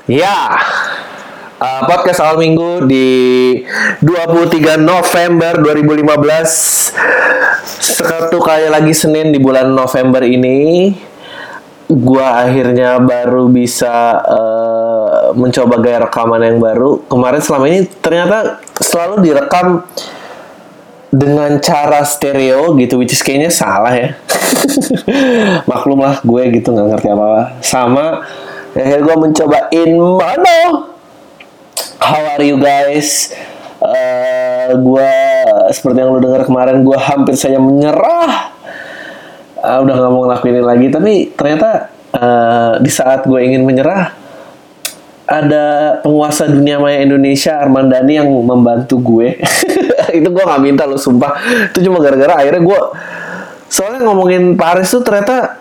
Ya, podcast awal minggu di 23 November 2015. Satu kali lagi Senin di bulan November ini, gua akhirnya baru bisa mencoba gaya rekaman yang baru. Kemarin selama ini ternyata selalu direkam dengan cara stereo gitu, which is kayaknya salah ya. Maklum lah, gue gitu nggak ngerti apa-apa. Sama akhirnya gue mencobain mono. How are you guys? Gue seperti yang lu dengar kemarin, gue hampir saja menyerah. Udah nggak mau ngelakuin ini lagi. Tapi ternyata di saat gue ingin menyerah, ada penguasa dunia maya Indonesia, Armandani, yang membantu gue. Itu gue nggak minta lo, sumpah. Itu cuma gara-gara akhirnya gue, soalnya ngomongin Paris tuh ternyata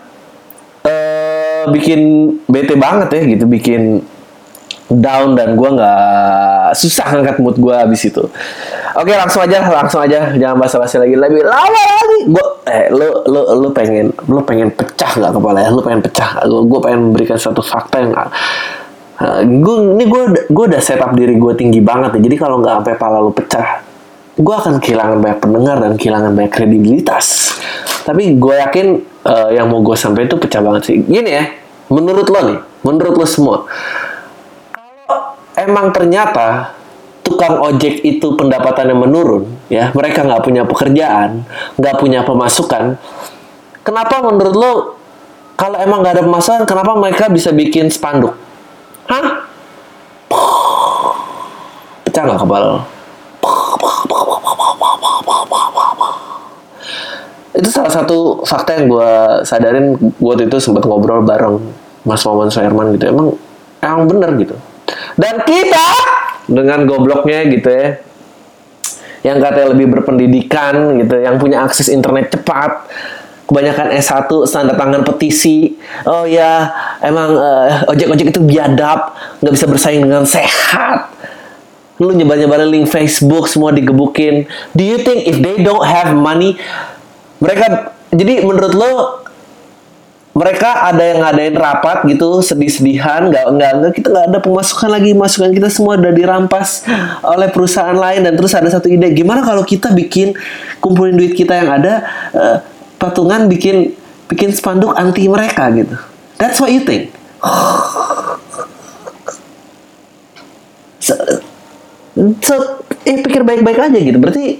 bikin bete banget ya gitu, bikin down, dan gue nggak, susah ngangkat mood gue abis itu. Oke, langsung aja, jangan basa-basi lagi, lebih lama lagi. Gue lu pengen pecah nggak kepala ya? Lu pengen pecah? Gue pengen memberikan suatu fakta yang gue udah setup diri gue tinggi banget ya. Jadi kalau nggak sampai pala lu pecah, gue akan kehilangan banyak pendengar dan kehilangan banyak kredibilitas. Tapi gue yakin yang mau gue sampaikan itu pecah banget sih. Gini ya, menurut lo semua, emang ternyata tukang ojek itu pendapatannya menurun, ya, mereka nggak punya pekerjaan, nggak punya pemasukan. Kenapa menurut lo, kalau emang nggak ada pemasukan, kenapa mereka bisa bikin spanduk? Hah? Pecah nggak kepala lo? Itu salah satu fakta yang gue sadarin waktu itu, sempat ngobrol bareng Mas Maman Soerman gitu. Emang bener gitu. Dan kita dengan gobloknya gitu ya, yang katanya lebih berpendidikan gitu, yang punya akses internet cepat, kebanyakan S1, tanda tangan petisi. Oh ya, emang ojek-ojek itu biadab, nggak bisa bersaing dengan sehat. Lu nyebar-nyebarin link Facebook, semua digebukin. Do you think if they don't have money, mereka, jadi menurut lo, mereka ada yang ngadain rapat gitu, sedih-sedihan, nggak, kita nggak ada pemasukan lagi, masukan kita semua udah dirampas oleh perusahaan lain, dan terus ada satu ide, gimana kalau kita kumpulin duit kita yang ada, patungan bikin spanduk anti mereka gitu. That's what you think. Pikir baik-baik aja gitu. Berarti,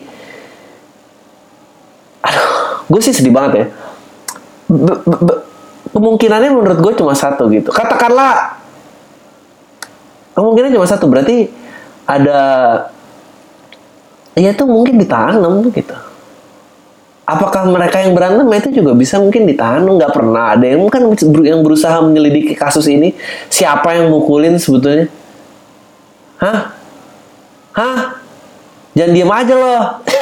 gue sih sedih banget ya. Kemungkinannya menurut gue cuma satu gitu. Katakanlah kemungkinan cuma satu, berarti ada, ya itu mungkin ditanam gitu. Apakah mereka yang berantem itu juga bisa mungkin ditanam? Nggak pernah ada yang kan yang berusaha menyelidiki kasus ini, siapa yang mukulin sebetulnya? Hah? Jangan diam aja loh.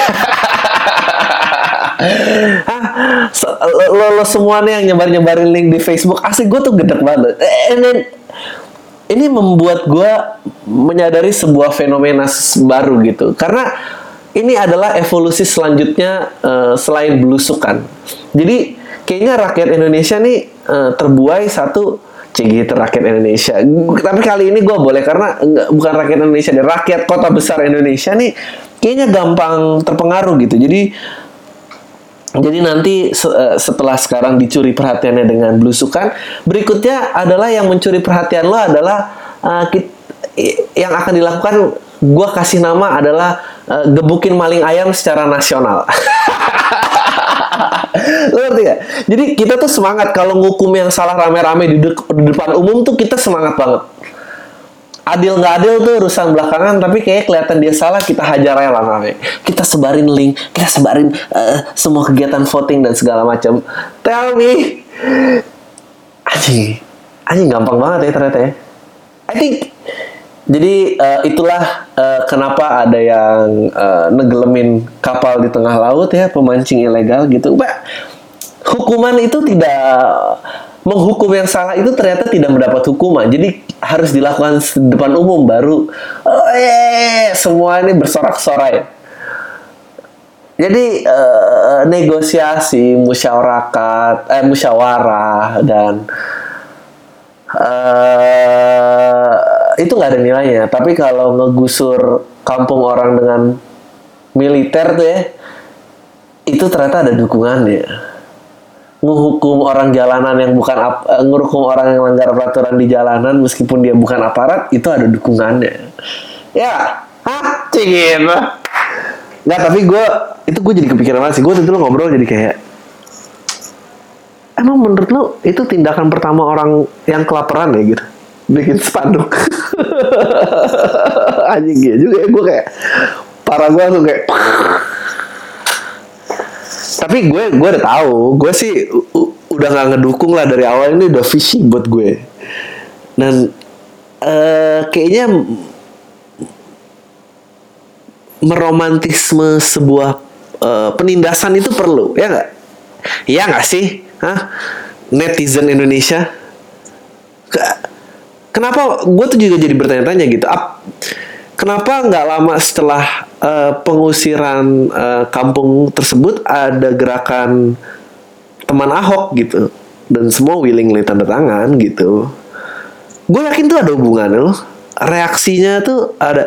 Lo semua nih yang nyebarin link di Facebook, asli gue tuh gedek banget. Ini membuat gue menyadari sebuah fenomena baru gitu, karena ini adalah evolusi selanjutnya selain belusukan. Jadi kayaknya rakyat Indonesia nih terbuai satu gitu, rakyat Indonesia. Tapi kali ini gue boleh, karena bukan rakyat Indonesia, rakyat kota besar Indonesia nih kayaknya gampang terpengaruh gitu. Jadi nanti setelah sekarang dicuri perhatiannya dengan belusukan, berikutnya adalah yang mencuri perhatian lo adalah yang akan dilakukan, gue kasih nama adalah gebukin maling ayam secara nasional. Lo ngerti gak? Jadi kita tuh semangat kalau ngukum yang salah rame-rame di depan umum tuh, kita semangat banget. Adil nggak adil tuh urusan belakangan, tapi kayak kelihatan dia salah, kita hajar aja rame-rame. Kita sebarin link, kita sebarin semua kegiatan voting dan segala macam. Tell me, anjing gampang banget ya ternyata ya. I think jadi itulah kenapa ada yang negelemin kapal di tengah laut ya, pemancing ilegal gitu. Hukuman itu tidak, menghukum yang salah itu ternyata tidak mendapat hukuman. Jadi harus dilakukan di depan umum baru semua ini bersorak-sorai. Jadi negosiasi, musyawarah dan itu nggak ada nilainya. Tapi kalau ngegusur kampung orang dengan militer tuh ya, itu ternyata ada dukungannya. Ngehukum orang jalanan yang bukan ngehukum orang yang melanggar peraturan di jalanan meskipun dia bukan aparat, itu ada dukungannya. Ya, cingin. Nggak, tapi gue jadi kepikiran banget sih. Gue tuh dulu ngobrol jadi kayak, emang menurut lo itu tindakan pertama orang yang kelaparan ya gitu, bikin spanduk. Anjing gitu juga ya, gue kayak parah, gue tuh kayak. Tapi gue udah tahu, gue sih udah nggak ngedukung lah dari awal. Ini udah fishy buat gue. Dan kayaknya meromantisme sebuah penindasan itu perlu, ya nggak? Iya nggak sih? Netizen Indonesia, kenapa gue tuh juga jadi bertanya-tanya gitu, kenapa nggak lama setelah pengusiran kampung tersebut ada gerakan teman Ahok gitu, dan semua willingly tanda tangan gitu. Gue yakin tuh ada hubungannya loh, reaksinya tuh ada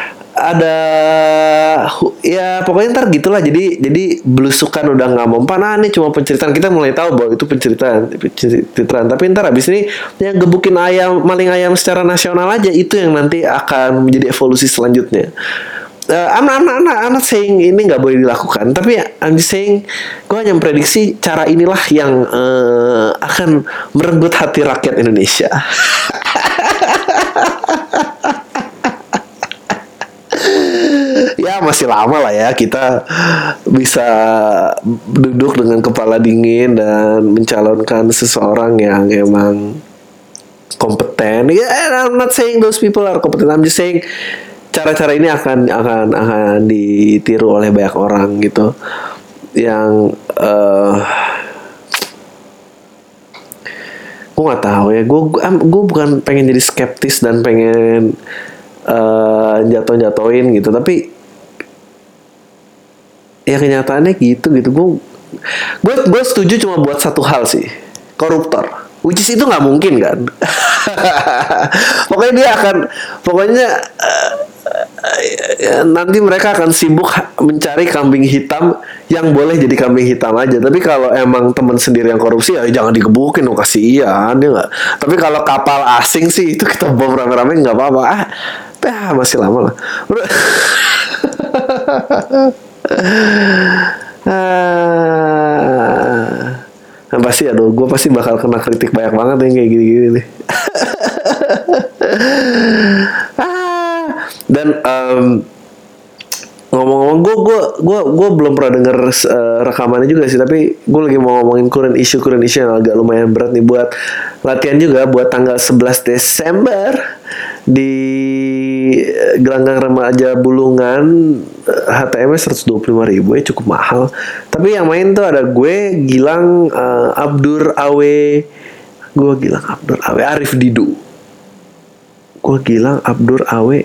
ya pokoknya ntar gitulah. Jadi belusukan udah nggak mempan. Ini cuma penceritaan, kita mulai tahu bahwa itu penceritaan. Tapi ntar abis ini yang gebukin maling ayam secara nasional aja, itu yang nanti akan menjadi evolusi selanjutnya. I'm not saying ini nggak boleh dilakukan, tapi I'm just saying gue hanya memprediksi cara inilah yang akan merenggut hati rakyat Indonesia. Ya masih lama lah ya kita bisa duduk dengan kepala dingin dan mencalonkan seseorang yang emang kompeten. I'm not saying those people are kompeten. I'm just saying cara-cara ini akan ditiru oleh banyak orang gitu. Yang gue nggak tahu ya. Gue bukan pengen jadi skeptis dan pengen jatuhin gitu, tapi ya kenyataannya gitu. Gue setuju cuma buat satu hal sih, koruptor, which is itu nggak mungkin kan. Pokoknya nanti mereka akan sibuk mencari kambing hitam yang boleh jadi kambing hitam aja. Tapi kalau emang teman sendiri yang korupsi, ya jangan digebukin, kasihan ya nggak. Tapi kalau kapal asing sih itu kita bom rame-rame nggak apa-apa. Masih lama lah. Pasti gue pasti bakal kena kritik banyak banget yang kayak gini-gini nih. Dan ngomong-ngomong, gue belum pernah denger rekamannya juga sih, tapi gue lagi mau ngomongin current issue yang agak lumayan berat nih buat latihan juga buat tanggal 11 Desember di Gelanggang Remaja Bulungan. HTM-nya 125.000 ya, cukup mahal. Tapi yang main tuh ada gue, Gilang, Abdur Awe, Arif Didu. Gue Gilang, Abdur Awe,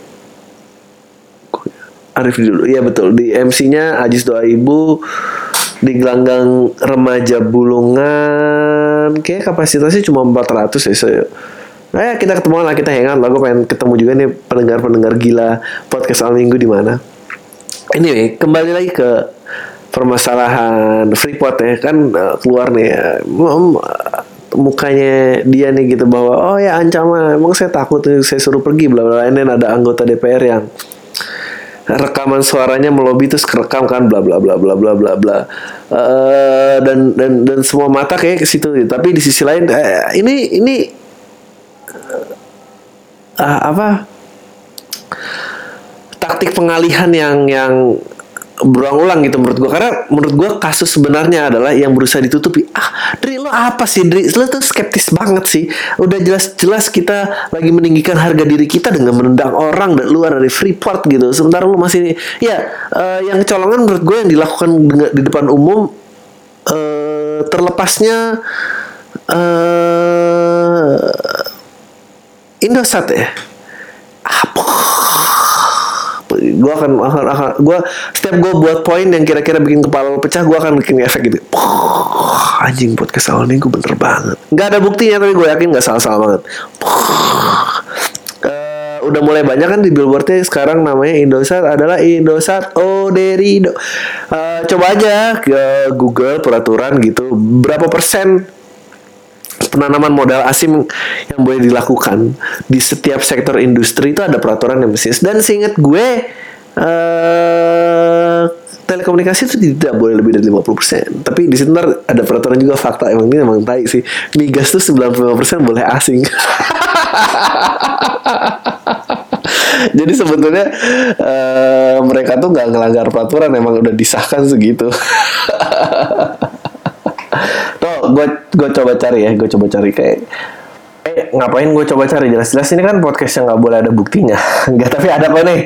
Arif Didu. Iya betul, di MC-nya Ajis Doa Ibu di Gelanggang Remaja Bulungan. Kayak kapasitasnya cuma 400 ya. Nah, kita ketemuan lah, kita hangout lah. Gue pengen ketemu juga nih pendengar gila podcast Al Minggu di mana. Anyway, kembali lagi ke permasalahan Freeport ya, kan keluar nih ya, mukanya dia nih gitu bahwa oh ya ancaman, emang saya takut saya suruh pergi bla bla. Ini ada anggota DPR yang rekaman suaranya melobi terus kerekam kan bla bla bla bla bla bla bla. Dan semua mata kayak ke situ. Tapi di sisi lain ini taktik pengalihan yang berulang-ulang gitu menurut gue. Karena menurut gue kasus sebenarnya adalah yang berusaha ditutupi. Dri, lo apa sih Dri? Lo tuh skeptis banget sih. Udah jelas-jelas kita lagi meninggikan harga diri kita dengan menendang orang dari luar dari Freeport gitu. Sementara lo masih yang kecolongan menurut gue yang dilakukan di depan umum, terlepasnya Indosat ya. Gue setiap gue buat poin yang kira-kira bikin kepala lo pecah, gue akan bikin efek gitu. Anjing, podcast awal minggu bener banget. Nggak ada buktinya tapi gue yakin nggak salah-salah banget. udah mulai banyak kan di billboardnya sekarang namanya Indosat adalah Indosat Oderido. Coba aja ke Google peraturan gitu, berapa persen penanaman modal asing yang boleh dilakukan di setiap sektor industri. Itu ada peraturan yang bisnis. Dan seingat gue telekomunikasi itu tidak boleh lebih dari 50%. Tapi di situ ada peraturan juga, fakta emang ini emang tai sih. Migas tuh 95% boleh asing. Jadi sebetulnya mereka tuh nggak ngelanggar peraturan, emang udah disahkan segitu. Tuh, gue coba cari kayak ngapain gue coba cari, jelas-jelas ini kan podcast yang nggak boleh ada buktinya. Nggak, tapi ada apa nih?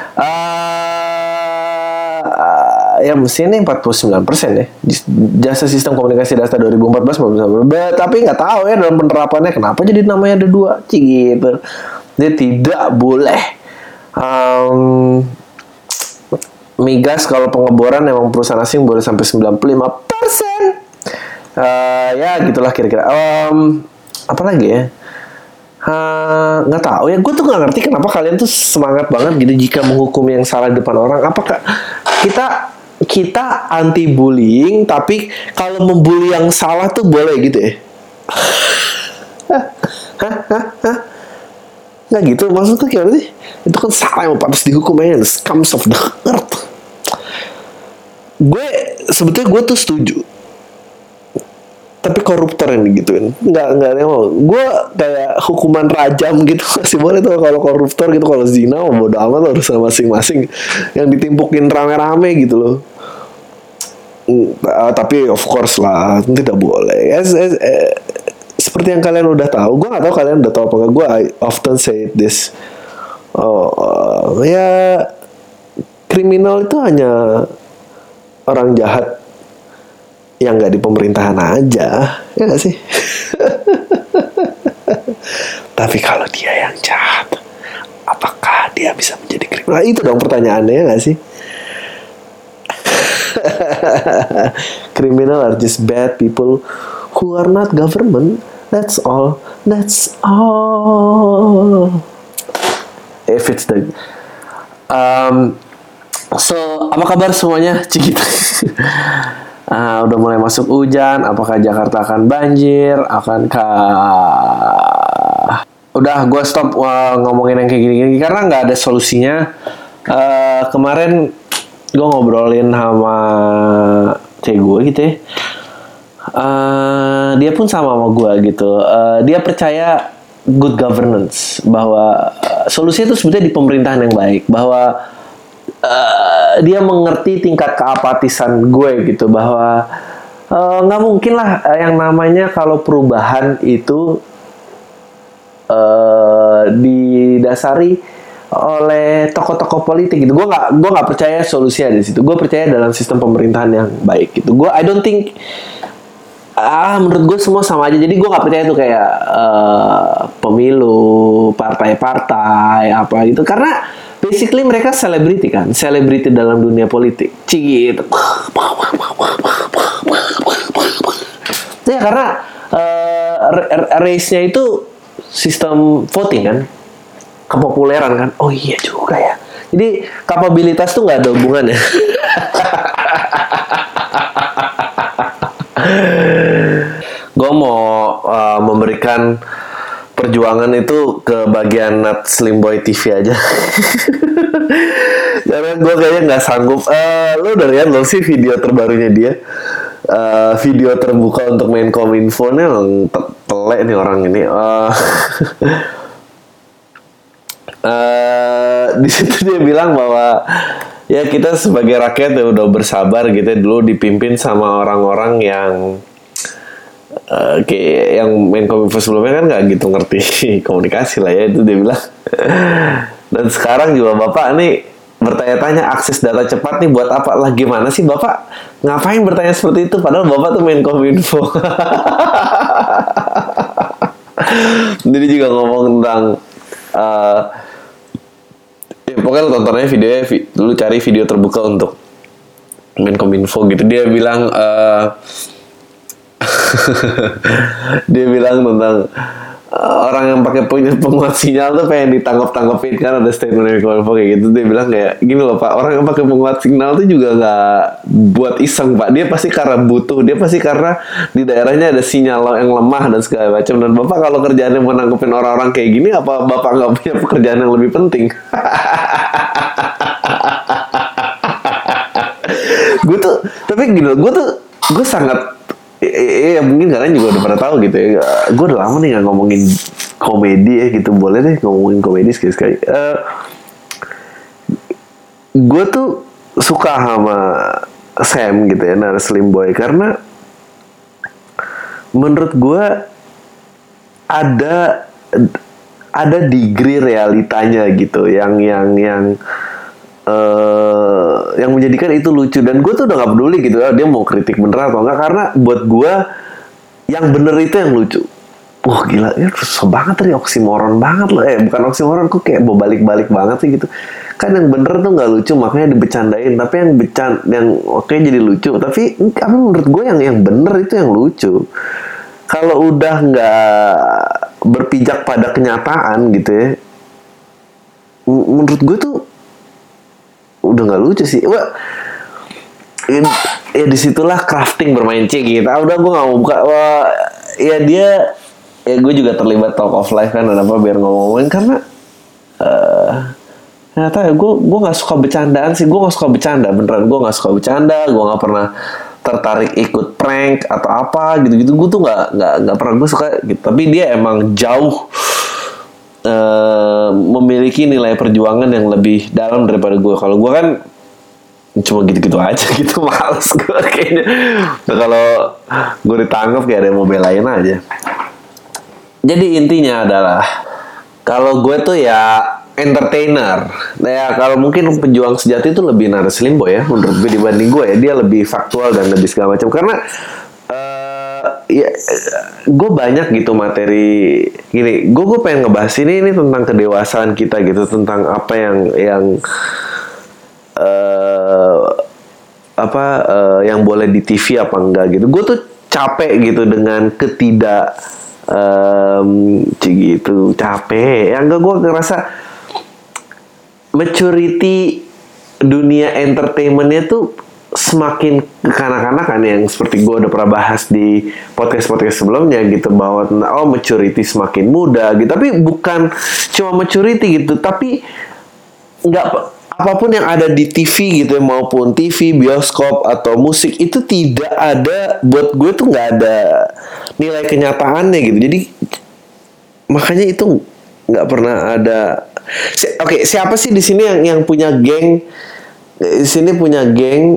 Ya mesti ini 49% ya. Jasa sistem komunikasi data 2014 tapi nggak tahu ya dalam penerapannya kenapa jadi namanya ada 2 gitu. Dia tidak boleh migas kalau pengeboran emang perusahaan asing boleh sampai 95%. Ya gitulah kira-kira. Apa lagi ya? Nggak tahu ya. Gue tuh nggak ngerti kenapa kalian tuh semangat banget gitu jika menghukum yang salah di depan orang. Apakah kita anti bullying, tapi kalau membuli yang salah tuh boleh gitu ya? Nggak gitu, maksudnya gimana sih? Itu kan salah yang pantas dihukum aja, the scums of the earth. Sebetulnya gue tuh setuju, tapi koruptor yang digituin nggak mau. Gue kayak hukuman rajam gitu masih boleh tuh kalau koruptor gitu. Kalau zina bodo amat, urusan masing-masing, yang ditimpukin rame-rame gitu loh. Tapi of course lah tidak boleh. Seperti yang kalian udah tahu, gue nggak tahu kalian udah tahu apa nggak. Gue I often say this. Ya kriminal itu hanya orang jahat yang nggak di pemerintahan aja, ya nggak sih? Tapi kalau dia yang jahat, apakah dia bisa menjadi kriminal? Nah, itu dong pertanyaannya, ya nggak sih? Criminal are just bad people who are not government. That's all. If it's the so, apa kabar semuanya? Cik. Udah mulai masuk hujan. Apakah Jakarta akan banjir? Udah, gue stop ngomongin yang kayak gini-gini karena nggak ada solusinya. Kemarin gue ngobrolin sama cewek gue gitu ya. Dia pun sama gue gitu. Dia percaya good governance, bahwa solusinya itu sebetulnya di pemerintahan yang baik, bahwa dia mengerti tingkat keapatisan gue gitu, bahwa nggak mungkin lah yang namanya kalau perubahan itu didasari oleh tokoh-tokoh politik gitu. Gue nggak percaya solusinya di situ. Gue percaya dalam sistem pemerintahan yang baik gitu. I don't think menurut gue semua sama aja. Jadi gue nggak percaya tuh kayak pemilu, partai-partai apa gitu, karena basically mereka selebriti kan, selebriti dalam dunia politik, gitu. Ya karena race-nya itu sistem voting kan, kepopuleran kan. Oh iya juga ya. Jadi kapabilitas tuh nggak ada hubungannya. Gue mau memberikan perjuangan itu ke bagian Nat Slim Boy TV aja. Karena gue kayaknya nggak sanggup. Lo udah lihat belum sih video terbarunya dia? Video terbuka untuk Menkominfo nih, emang telek nih orang ini. Di situ dia bilang bahwa ya kita sebagai rakyat ya udah bersabar gitu ya, dulu dipimpin sama orang-orang yang kayak yang Menkominfo sebelumnya kan nggak gitu ngerti komunikasi lah ya, itu dia bilang. Dan sekarang juga Bapak nih bertanya-tanya akses data cepat nih buat apa lah, gimana sih Bapak ngapain bertanya seperti itu padahal Bapak tuh Menkominfo. Jadi juga ngomong tentang ya pokoknya lu tonton aja videonya, lu cari video terbuka untuk Menkominfo gitu. Dia bilang dia bilang tentang orang yang pakai penguat sinyal tuh pengen ditangkap-tangkepin kan, ada statement dari Kominfo kayak gitu. Dia bilang kayak gini loh Pak, orang yang pakai penguat sinyal tuh juga nggak buat iseng Pak, dia pasti karena butuh, dia pasti karena di daerahnya ada sinyal yang lemah dan segala macam. Dan Bapak kalau kerjaannya mau nangkepin orang-orang kayak gini, apa Bapak nggak punya pekerjaan yang lebih penting? Gue tuh, tapi gini loh, gue sangat, ya mungkin kalian juga udah pernah tahu gitu ya. Gue udah lama nih gak ngomongin komedi ya gitu. Boleh deh ngomongin komedi sekali-sekali. Gue tuh suka sama Sam gitu ya, Nara Slim Boy, karena menurut gue ada degree realitanya gitu yang menjadikan itu lucu. Dan gue tuh udah gak peduli gitu ya dia mau kritik bener atau enggak, karena buat gue yang bener itu yang lucu. Wah gila, ya susah banget tadi, oksimoron banget loh. Bukan oksimoron, kok kayak balik banget sih gitu. Kan yang bener tuh gak lucu, makanya dibecandain. Tapi yang oke jadi lucu. Tapi menurut gue yang bener itu yang lucu. Kalau udah gak berpijak pada kenyataan gitu ya, menurut gue tuh udah nggak lucu sih. Wah, ya disitulah crafting bermain cek gitu. Udah gue nggak mau buka. Wah, ya gue juga terlibat talk of life kan, kenapa biar ngomongin, karena ternyata ya gue nggak suka bercandaan sih. Gue nggak suka bercanda, beneran gue nggak suka bercanda. Gue nggak pernah tertarik ikut prank atau apa gitu. Gue tuh nggak pernah gue suka gitu. Tapi dia emang jauh memiliki nilai perjuangan yang lebih dalam daripada gue. Kalau gue kan cuma gitu-gitu aja gitu, males gue kayaknya. Nah, kalau gue ditangkap kayak ada yang mau belain aja. Jadi intinya adalah kalau gue tuh ya entertainer. Nah, ya kalau mungkin pejuang sejati itu lebih Nara Slim Boy ya menurut gue dibanding gue ya. Dia lebih faktual dan lebih segala macam, karena ya gue banyak gitu materi gini. Gue pengen ngebahas ini tentang kedewasaan kita gitu, tentang apa yang boleh di TV apa enggak gitu. Gue tuh capek gitu dengan gitu, capek. Yang gue ngerasa maturity dunia entertainmentnya tuh semakin kekanak-kanakan, yang seperti gue udah pernah bahas di podcast sebelumnya gitu, bahwa maturity semakin muda gitu. Tapi bukan cuma maturity gitu, tapi nggak, apapun yang ada di TV gitu, maupun TV, bioskop atau musik, itu tidak ada, buat gue tuh nggak ada nilai kenyataannya gitu. Jadi makanya itu nggak pernah ada. Oke, siapa sih di sini yang punya geng? Di sini punya geng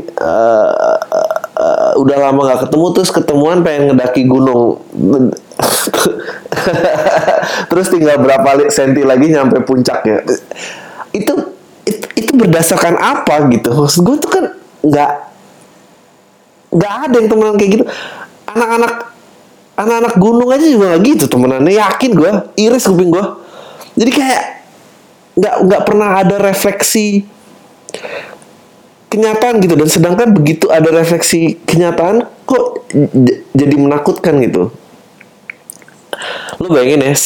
udah lama gak ketemu, terus ketemuan pengen ngedaki gunung terus tinggal berapa senti lagi nyampe puncaknya. Itu berdasarkan apa gitu? Maksud gue tuh kan nggak ada yang temenan kayak gitu. Anak-anak gunung aja juga gak gitu temenannya, yakin gue, iris kuping gue. Jadi kayak nggak pernah ada refleksi kenyataan gitu. Dan sedangkan begitu ada refleksi kenyataan, kok jadi menakutkan gitu. Lo bayangin ya,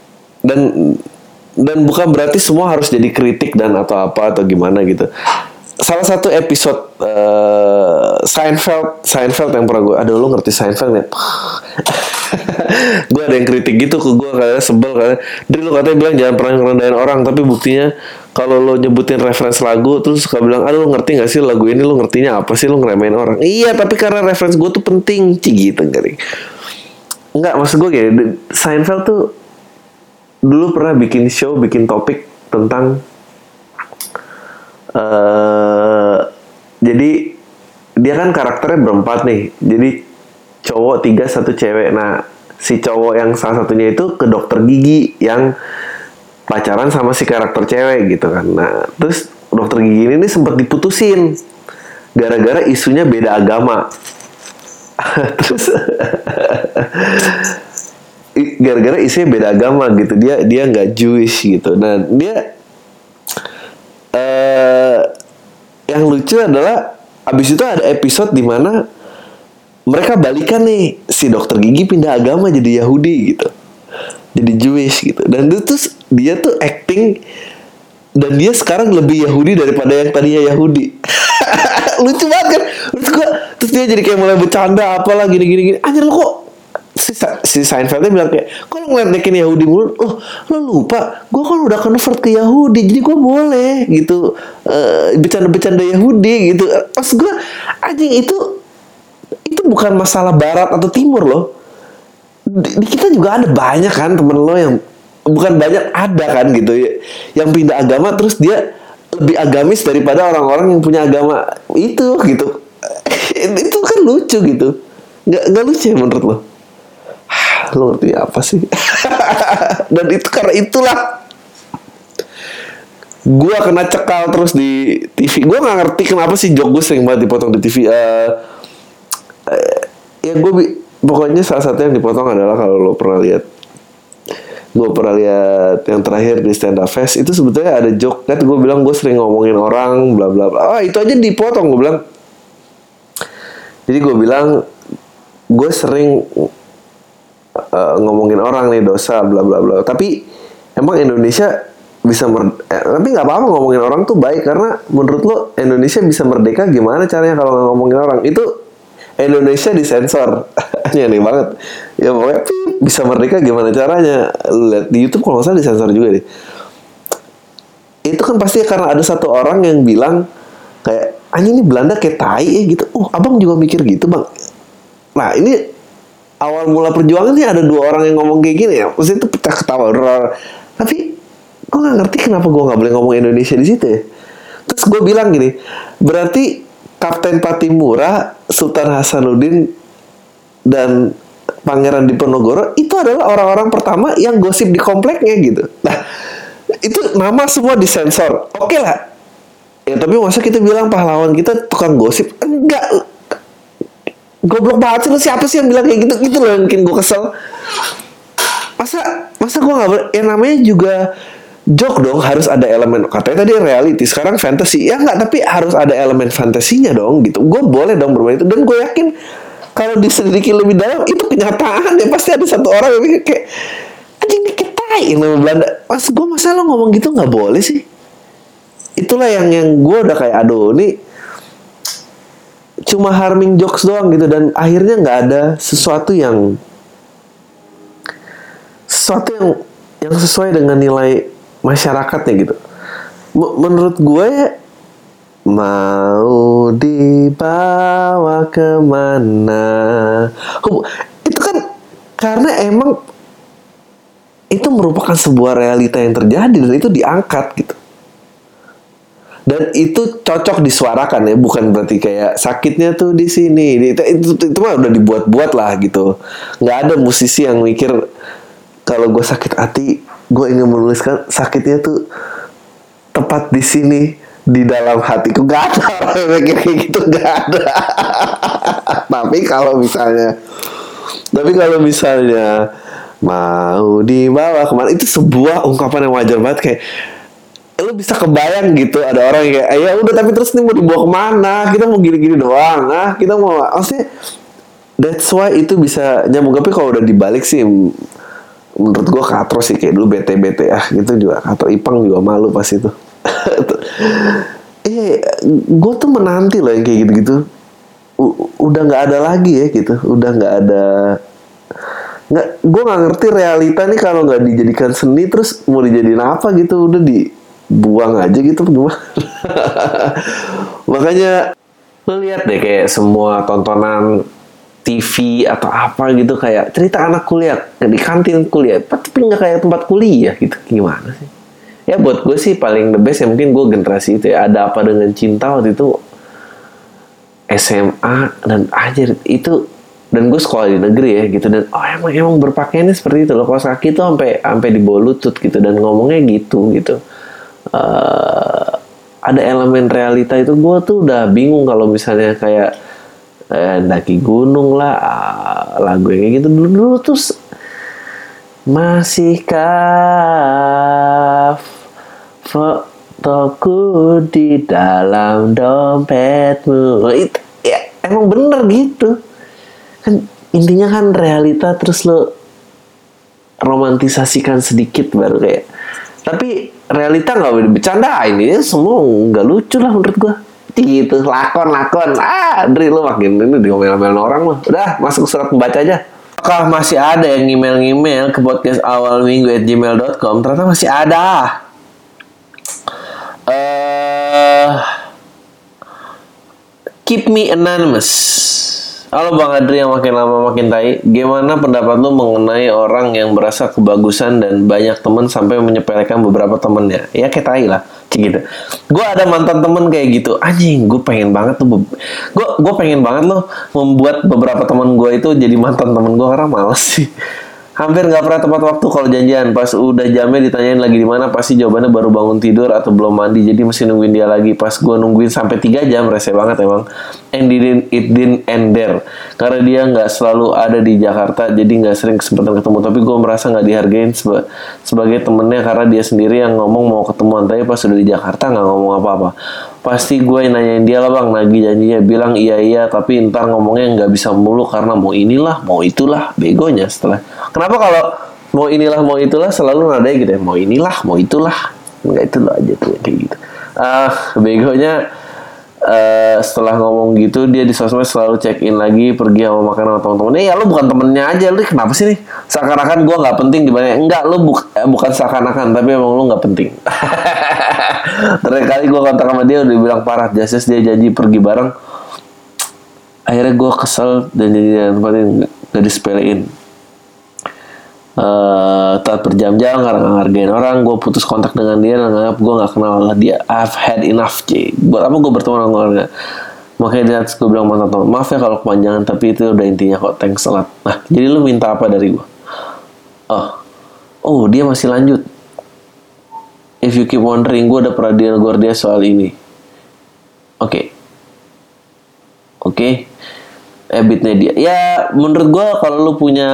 dan bukan berarti semua harus jadi kritik dan atau apa atau gimana gitu. Salah satu episode Seinfeld yang pernah gue, lo ngerti Seinfeld ya? Gue ada yang kritik gitu ke gue, katanya sebel, katanya Dri, lo katanya bilang jangan pernah ngerendahin orang, tapi buktinya kalau lo nyebutin reference lagu terus suka bilang, lo ngerti gak sih lagu ini, lo ngertinya apa sih, lo ngeremehin orang. Iya, tapi karena reference gue tuh penting, gitu kan. Enggak, maksud gue kayak Seinfeld tuh dulu pernah bikin topik tentang jadi dia kan karakternya berempat nih, jadi cowok 3, 1 cewek. Nah, si cowok yang salah satunya itu ke dokter gigi yang pacaran sama si karakter cewek gitu kan. Nah, terus dokter gigi ini sempat diputusin gara-gara isunya beda agama. Terus gara-gara isunya beda agama gitu, dia nggak Jewish gitu. Nah, dia yang lucu adalah abis itu ada episode di mana mereka balikan nih, si dokter gigi pindah agama jadi Yahudi gitu. jadi Jewish gitu. Dan itu tuh dia tuh acting, dan dia sekarang lebih Yahudi daripada yang tadinya Yahudi. Lucu banget kan. Terus dia jadi kayak mulai bercanda apalah gini. Anjir lo kok, si Seinfeldnya bilang kayak, kok lo ngeledekin Yahudi mulu? Lo lupa, gue kan udah convert ke Yahudi, jadi gue boleh gitu bercanda-bercanda Yahudi gitu. Pas gue, anjing, itu bukan masalah Barat atau Timur loh. Di kita juga ada banyak kan temen lo yang, bukan banyak, ada kan gitu ya, yang pindah agama terus dia lebih agamis daripada orang-orang yang punya agama itu gitu. Itu kan lucu gitu. Nggak lucu ya menurut lo? Lo ngerti apa sih? Dan itu karena itulah gue kena cekal terus di TV. Gue nggak ngerti kenapa sih joke gue sering banget dipotong di TV. Ya gue pokoknya salah satu yang dipotong adalah, kalau lo pernah lihat, gue pernah lihat yang terakhir di Stand Up Fest, itu sebetulnya ada joke kan, gue bilang gue sering ngomongin orang bla bla bla. Itu aja dipotong, gue bilang. Jadi gue bilang gue sering ngomongin orang nih, dosa bla bla bla. Tapi emang Indonesia bisa tapi nggak apa-apa ngomongin orang tuh baik, karena menurut lo Indonesia bisa merdeka gimana caranya kalau nggak ngomongin orang? Itu Indonesia disensor. Aneh banget. Ya pokoknya bisa merdeka gimana caranya? Lu lihat di YouTube kalau nggak salah disensor juga deh. Itu kan pasti karena ada satu orang yang bilang kayak, anjing ini Belanda kayak tai ya gitu. Abang juga mikir gitu bang. Nah ini awal mula perjuangan nih, ada dua orang yang ngomong kayak gini ya. Maksudnya itu pecah ketawa. Tapi gue nggak ngerti kenapa gue nggak boleh ngomong Indonesia di situ ya. Terus gue bilang gini, berarti Kapten Patimura, Sultan Hasanuddin, dan Pangeran Diponegoro itu adalah orang-orang pertama yang gosip di kompleknya gitu. Nah, itu nama semua disensor. Oke lah. Ya tapi masa kita bilang pahlawan kita tukang gosip? Enggak. Goblok banget sih, lu siapa sih yang bilang kayak gitu? Gitu loh yang bikin gue kesel. Masa gue nggak namanya juga joke dong, harus ada elemen, katanya tadi reality, sekarang fantasy. Ya enggak, tapi harus ada elemen fantasinya dong gitu. Gue boleh dong bermain itu, dan gue yakin kalau diselidiki lebih dalam itu kenyataan ya, pasti ada satu orang yang mikir kayak, anjing dikit tai nama Belanda. Masa lo ngomong gitu nggak boleh sih? Itulah yang gue udah kayak, aduh ini cuma harming jokes doang gitu, dan akhirnya nggak ada sesuatu yang sesuai dengan nilai masyarakatnya gitu. Menurut gue ya, mau dibawa kemana, itu kan karena emang itu merupakan sebuah realita yang terjadi dan itu diangkat gitu. Dan itu cocok disuarakan ya, bukan berarti kayak sakitnya tuh di sini. Itu mah udah dibuat-buat lah gitu. Nggak ada musisi yang mikir kalau gue sakit hati, gue ingin menuliskan sakitnya tuh tepat di sini di dalam hatiku. Gak ada orang mikir kayak gitu, gak ada. Tapi kalau misalnya mau dibawa kemana, itu sebuah ungkapan yang wajar banget. Kayak lu bisa kebayang gitu, ada orang yang kayak, ya udah tapi terus nih mau dibawa kemana, kita mau gini-gini doang, kita mau, maksudnya that's why itu bisa nyambung. Tapi kalau udah dibalik sih, menurut gue katro sih, kayak dulu bete gitu juga katro. Ipang juga malu pas itu. Gue tuh menanti loh yang kayak gitu-gitu. Udah nggak ada lagi ya gitu, udah nggak ada. Gue nggak ngerti realita nih kalau nggak dijadikan seni, terus mau dijadiin apa gitu, udah dibuang aja gitu gimana. Makanya lo lihat deh kayak semua tontonan TV atau apa gitu, kayak cerita anak kuliah di kantin kuliah, tapi nggak kayak tempat kuliah gitu. Gimana sih? Ya buat gue sih paling the best ya mungkin gue generasi itu ya. Ada Apa Dengan Cinta waktu itu SMA, dan aja itu, dan gue sekolah di negeri ya gitu, dan emang berpakaiannya seperti itu loh, kaos kaki tuh sampai di bawah lutut gitu, dan ngomongnya gitu. Ada elemen realita itu. Gue tuh udah bingung kalau misalnya kayak daki gunung lah, lagu yang kayak gitu dulu tuh. Masihkah fotoku di dalam dompetmu? Itu ya emang bener gitu kan, intinya kan realita. Terus lo romantisasikan sedikit baru kayak. Tapi realita nggak boleh bercandain, ini semua nggak lucu lah menurut gue. Gitu, lakon. Dri lu makin ini diomel-omelin orang lo. Udah, masuk surat pembaca aja. Apakah masih ada yang email ke podcastawalminggu@gmail.com? Ternyata masih ada. Keep me anonymous. Halo Bang Adri yang makin lama makin tai. Gimana pendapat lu mengenai orang yang berasa kebagusan dan banyak temen sampai menyepelekan beberapa temennya? Ya kayak tai lah, gitu. Gue ada mantan temen kayak gitu. Anjing, gue pengen banget tuh. Gue pengen banget loh membuat beberapa temen gue itu jadi mantan temen gue karena males sih. Hampir nggak pernah tepat waktu kalau janjian. Pas udah jamnya ditanyain lagi di mana, pasti jawabannya baru bangun tidur atau belum mandi. Jadi mesti nungguin dia lagi. Pas gue nungguin sampai 3 jam, rese banget emang. And it didn't end there. Karena dia nggak selalu ada di Jakarta, jadi nggak sering kesempatan ketemu. Tapi gue merasa nggak dihargain sebagai temennya karena dia sendiri yang ngomong mau ketemuan. Tapi pas udah di Jakarta nggak ngomong apa-apa. Pasti gue nanyain dia lah bang, nagih janjinya, bilang iya, tapi ntar ngomongnya nggak bisa mulu karena mau inilah, mau itulah, begonya setelah. Kenapa kalau mau inilah, mau itulah selalu nadanya gitu ya, mau inilah, mau itulah, nggak itu loh aja tuh kayak gitu. Begonya setelah ngomong gitu dia di sosmed selalu check in lagi, pergi sama makan sama teman-temannya. Ya lu bukan temennya aja, lu kenapa sih nih? Seakan-akan gue nggak penting dibanding. Enggak, lu bukan seakan-akan, tapi emang lu nggak penting. Terakhir kali gue kontak sama dia udah bilang parah, just dia janji pergi bareng. Akhirnya gue kesel dan jadi tempatin gak disepelein. Tak berjam-jam karena gak ngargain orang, gue putus kontak dengan dia dan nganggap gue gak kenal dia. I've had enough, buat apa gue bertemu dengan keluarga? Makanya dia gue bilang mantan teman, maaf ya kalau kepanjangan, tapi itu udah intinya kok, thanks a lot. Nah, jadi lu minta apa dari gue? Oh dia masih lanjut. If you keep wondering, gue udah pernah dinegur dia soal ini. Oke. Habitnya dia. Ya menurut gue kalau lu punya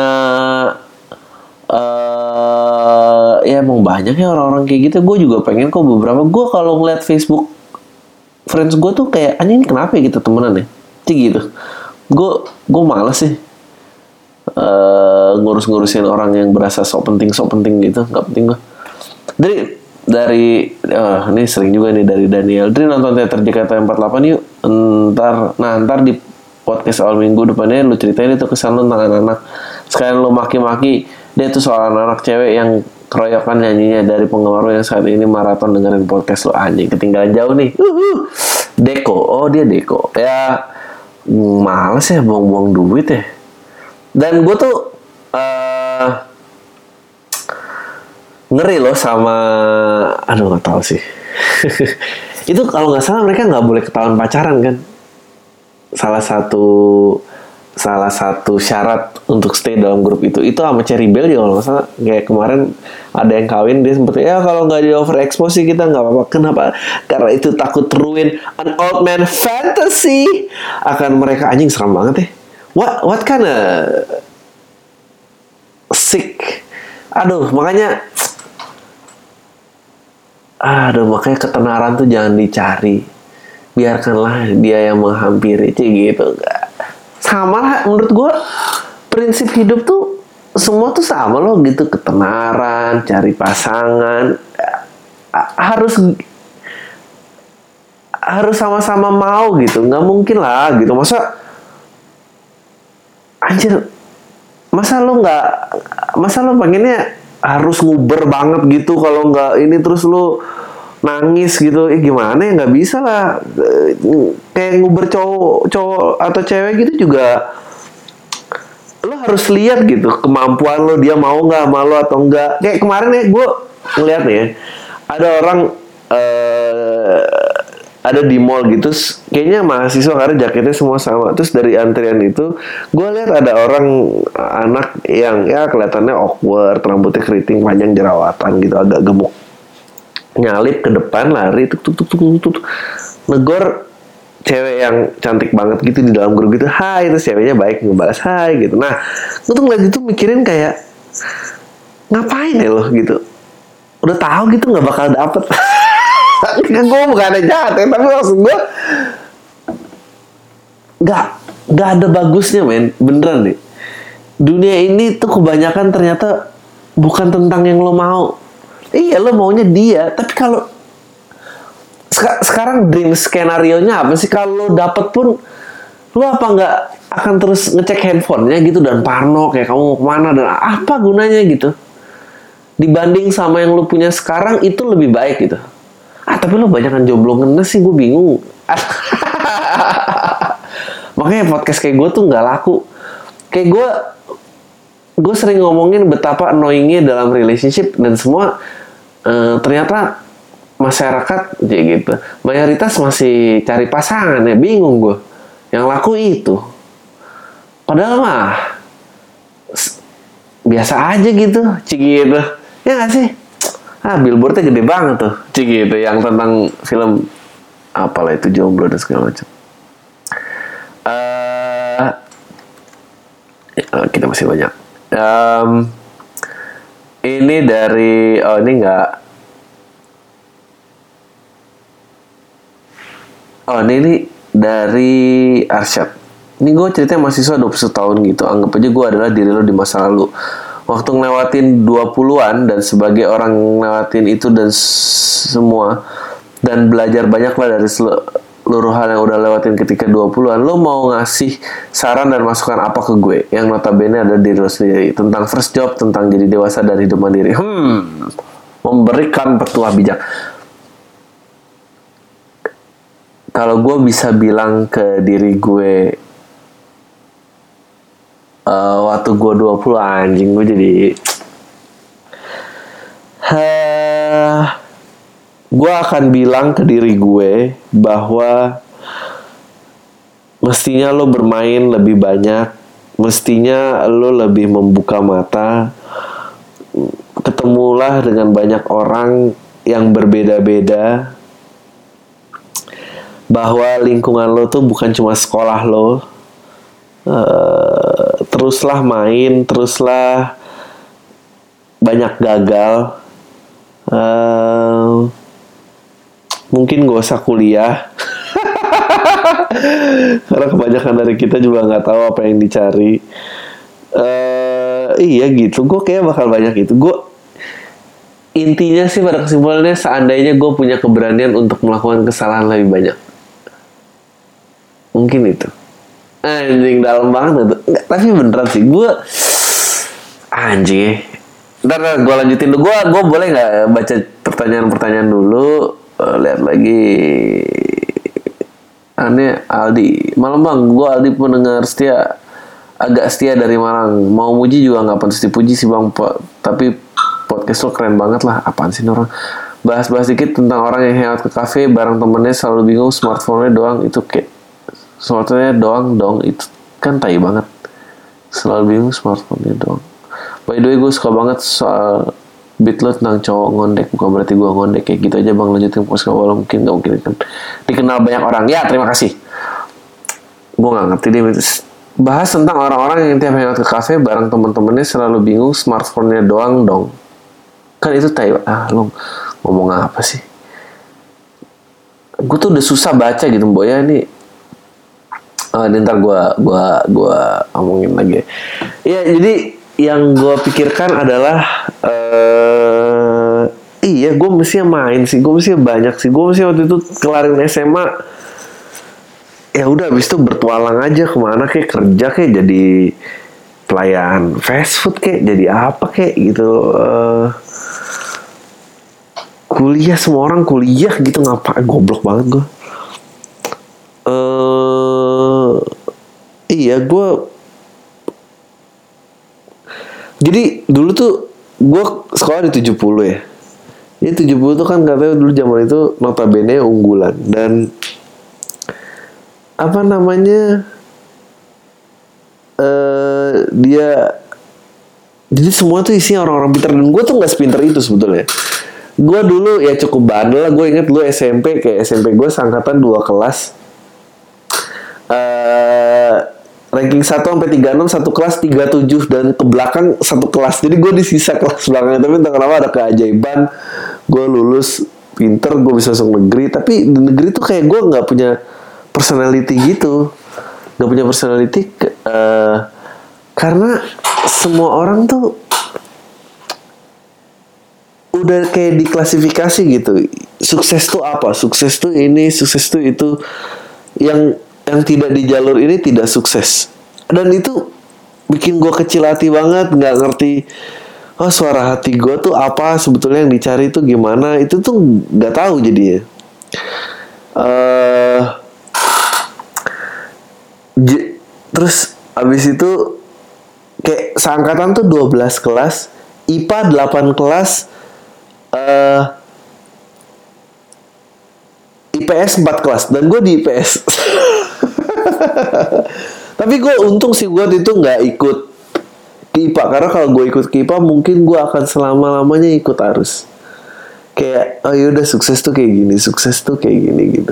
ya emang banyak ya orang-orang kayak gitu. Gue juga pengen kok beberapa. Gue kalau ngeliat Facebook friends gue tuh kayak anjing kenapa ya gitu temenan ya, gitu. Gue males sih ngurus-ngurusin orang yang berasa sok penting gitu. Nggak penting gue. Dari ini sering juga nih dari Daniel. Dri nonton teater JKT 48 yuk. Ntar di podcast awal minggu depannya lu ceritain itu kesan lu tentang anak-anak. Sekalian lu maki-maki dia tuh soal anak-anak cewek yang keroyokan nyanyinya dari penggemar yang saat ini maraton dengerin podcast lu. Anjing ketinggalan jauh nih. Deko. Oh dia Deko. Ya males ya buang-buang duit ya. Dan gue tuh ngeri loh sama nggak tahu sih. Itu kalau nggak salah mereka nggak boleh ketahuan pacaran kan. Salah satu syarat untuk stay dalam grup itu sama Cherry Bell juga kalau nggak salah. Kayak kemarin ada yang kawin dia sempet ya kalau nggak di overexpose sih kita nggak apa-apa. Kenapa? Karena itu takut ruin an old man fantasy akan mereka. Anjing seram banget ya. What kind of sick. Makanya ketenaran tuh jangan dicari, biarkanlah dia yang menghampiri gitu. Sama lah menurut gue prinsip hidup tuh semua tuh sama loh gitu. Ketenaran, cari pasangan harus sama-sama mau gitu. Nggak mungkin lah gitu, masa lo pengennya harus nguber banget gitu, kalau nggak ini terus lo nangis gitu, gimana ya, nggak bisa lah. Kayak nguber cowok atau cewek gitu juga lo harus lihat gitu kemampuan lo, dia mau nggak sama lo atau enggak. Kayak kemarin ya gue ngeliat nih ya, ada orang ada di mall gitu, kayaknya mahasiswa karena jaketnya semua sama. Terus dari antrian itu gue lihat ada orang anak yang ya kelihatannya awkward, rambutnya keriting panjang jerawatan gitu, agak gemuk, nyalip ke depan lari tuk negor cewek yang cantik banget gitu di dalam grup gitu, hai, terus ceweknya baik ngebalas hai gitu. Nah gue tuh ngeliat gitu mikirin kayak ngapain ya lo gitu, udah tahu gitu nggak bakal dapet. Gue bukannya jahat ya, tapi maksud gue nggak ada bagusnya men, beneran nih. Dunia ini tuh kebanyakan ternyata bukan tentang yang lo mau. Iya, lo maunya dia, tapi kalau sekarang dream skenario-nya apa sih? Kalau lo dapet pun, lo apa nggak akan terus ngecek handphonenya gitu dan parno kayak kamu mau kemana dan apa gunanya gitu? Dibanding sama yang lo punya sekarang itu lebih baik gitu. Tapi lo banyakan jomblo ngenes sih, gue bingung. Makanya podcast kayak gue tuh nggak laku. Kayak gue sering ngomongin betapa annoyingnya dalam relationship dan semua ternyata masyarakat kayak gitu. Mayoritas masih cari pasangan ya, bingung gue. Yang laku itu. Padahal mah biasa aja gitu, cik gitu. Ya nggak sih? Billboardnya gede banget tuh, cik gitu. Yang tentang film apalah itu jomblo dan segala macam. Kita masih banyak. Ini dari ini enggak. Ini dari Arsyad. Ini gue ceritanya mahasiswa 21 tahun gitu. Anggap aja gue adalah diri lo di masa lalu. Waktu ngelewatin 20-an dan sebagai orang ngelewatin itu dan semua dan belajar banyak lah dari seluruh hal yang udah lewatin ketika 20-an, lo mau ngasih saran dan masukan apa ke gue yang notabene ada diri lo sendiri tentang first job, tentang jadi dewasa dan hidup mandiri. Memberikan petua bijak. Kalau gue bisa bilang ke diri gue waktu gue 20, anjing gue jadi gue akan bilang ke diri gue bahwa mestinya lo bermain lebih banyak, mestinya lo lebih membuka mata, ketemulah dengan banyak orang yang berbeda-beda, bahwa lingkungan lo tuh bukan cuma sekolah lo. Teruslah main, teruslah banyak gagal. Mungkin gak usah kuliah. Karena kebanyakan dari kita juga gak tahu apa yang dicari. Iya gitu, gue kayak bakal banyak itu. Intinya sih pada kesimpulannya, seandainya gue punya keberanian untuk melakukan kesalahan lebih banyak, mungkin itu. Anjing dalam banget tuh. Tapi beneran sih gue anjing. Ntar gue lanjutin dulu. Gue boleh nggak baca pertanyaan-pertanyaan dulu? Lihat lagi. Aneh Aldi. Malam bang, gue Aldi pendengar setia, agak setia dari Malang. Mau muji juga nggak pantas dipuji sih bang. Tapi podcast lo keren banget lah. Apaan sih orang? Bahas-bahas dikit tentang orang yang hangout ke kafe bareng temennya selalu bingung smartphone-nya doang. Itu kayak smartphone-nya doang itu kan tai banget. Selalu bingung smartphone-nya doang. By the way, gue suka banget soal beat lo tentang cowok ngondek. Bukan berarti gue ngondek. Kayak gitu aja bang, lanjutin podcast walau mungkin gak mungkin kan dikenal banyak orang. Ya terima kasih. Gue gak ngerti deh. Bahas tentang orang-orang yang tiap hangout ke kafe bareng temen-temennya selalu bingung smartphone-nya doang dong. Kan itu tai. Lo ngomong apa sih? Gue tuh udah susah baca gitu Mbok ya ini. Ntar gue omongin lagi. Ya jadi yang gue pikirkan adalah iya gue mestinya main sih, gue mestinya banyak sih, gue mestinya waktu itu kelarin SMA ya udah abis itu bertualang aja kemana kayak kerja kayak jadi pelayan fast food kayak jadi apa kayak gitu. Kuliah, semua orang kuliah gitu, ngapain, goblok banget gue. Iya gue jadi dulu tuh gue sekolah di 70 ya. Jadi 70 tuh kan katanya dulu zaman itu notabene unggulan. Dan apa namanya dia jadi semua tuh isinya orang-orang pintar. Dan gue tuh gak sepintar itu sebetulnya. Gue dulu ya cukup bandel lah. Gue inget dulu SMP, kayak SMP gue seangkatan 2 kelas. Ranking 1 sampai 36 satu kelas 37 dan ke belakang satu kelas. Jadi gue di sisa kelas belakangnya. Tapi entah kenapa ada keajaiban gue lulus pinter, gue bisa masuk negeri. Tapi di negeri tuh kayak gue nggak punya personality gitu, nggak punya personality karena semua orang tuh udah kayak diklasifikasi gitu. Sukses tuh apa? Sukses tuh ini, sukses tuh itu. Yang tidak di jalur ini tidak sukses. Dan itu bikin gue kecil hati banget, nggak ngerti. Oh, suara hati gue tuh apa sebetulnya yang dicari tuh gimana? Itu tuh nggak tahu jadinya. Terus abis itu kayak seangkatan tuh 12 kelas, IPA 8 kelas, IPS 4 kelas, dan gue di IPS. Tapi gue untung sih gue itu nggak ikut ke IPA, karena kalau gue ikut ke IPA mungkin gue akan selama-lamanya ikut arus. Kayak oh yaudah, sukses tuh kayak gini, sukses tuh kayak gini gitu.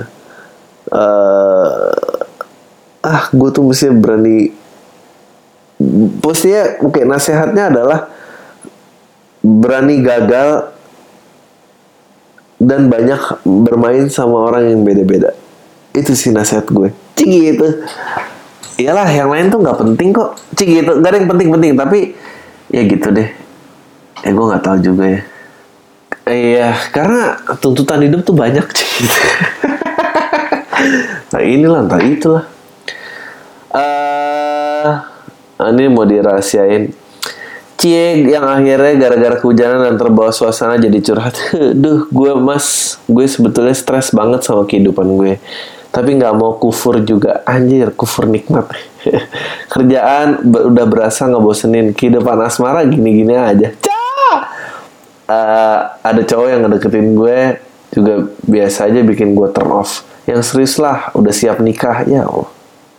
Gue tuh mesti berani. Pastinya mungkin nasihatnya adalah berani gagal dan banyak bermain sama orang yang beda-beda. Itu sih nasihat gue. Cik gitu. Iyalah, yang lain tuh nggak penting kok. Cik gitu. Gak ada yang penting-penting, tapi ya gitu deh. Gue nggak tahu juga ya. Iya, karena tuntutan hidup tuh banyak, cik gitu. Nah inilah, entah itulah. Ini mau dirahasiain. Cie yang akhirnya gara-gara kehujanan dan terbawa suasana jadi curhat. Duh, gue sebetulnya stres banget sama kehidupan gue. Tapi nggak mau kufur juga, anjir, kufur nikmat. Kerjaan udah berasa ngebosenin, kehidupan asmara gini-gini aja. Ada cowok yang ngedeketin gue juga biasa aja bikin gue turn off. Yang serius lah, udah siap nikah ya. Oh,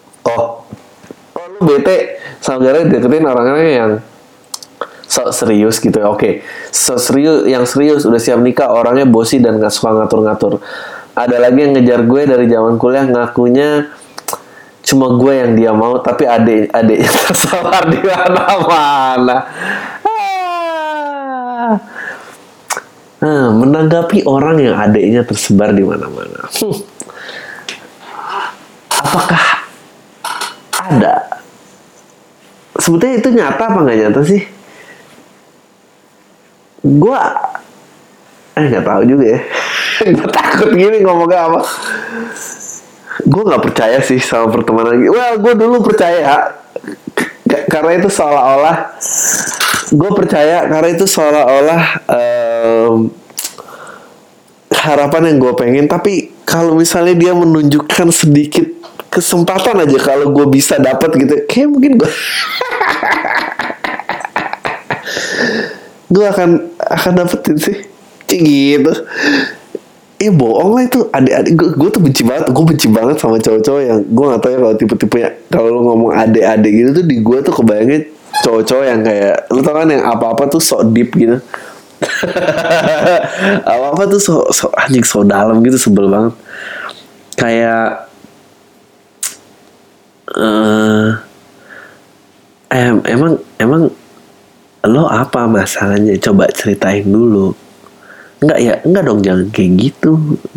lu bete sama gara deketin orang-orang yang so serius gitu ya. Oke. So serius udah siap nikah, orangnya bosi dan gak suka ngatur-ngatur. Ada lagi yang ngejar gue dari zaman kuliah, ngakunya cuma gue yang dia mau, tapi adiknya tersebar di mana-mana. Menanggapi orang yang adiknya tersebar di mana-mana. Apakah ada? Sebetulnya itu nyata apa nggak nyata sih? Gue nggak tahu juga ya. Gue takut gini ngomongnya apa. Gue nggak percaya sih sama pertemanan. Well, gue dulu percaya karena itu seolah-olah. Gue percaya karena itu seolah-olah harapan yang gue pengen. Tapi kalau misalnya dia menunjukkan sedikit kesempatan aja, kalau gue bisa dapat gitu, kayak mungkin gue akan dapetin sih, gitu. Bohong lah itu. Adik-adik gue tuh benci banget sama cowok-cowok yang gue nggak tahu ya, kalau tipe-tipenya kalau lu ngomong adik-adik gitu tuh, di gue tuh kebayangnya cowok-cowok yang kayak lu tau kan, yang apa-apa tuh sok deep gitu. Apa-apa tuh sok anjing, sok dalam gitu, sebel banget. Kayak emang lo apa masalahnya, coba ceritain dulu. Enggak dong, jangan kayak gitu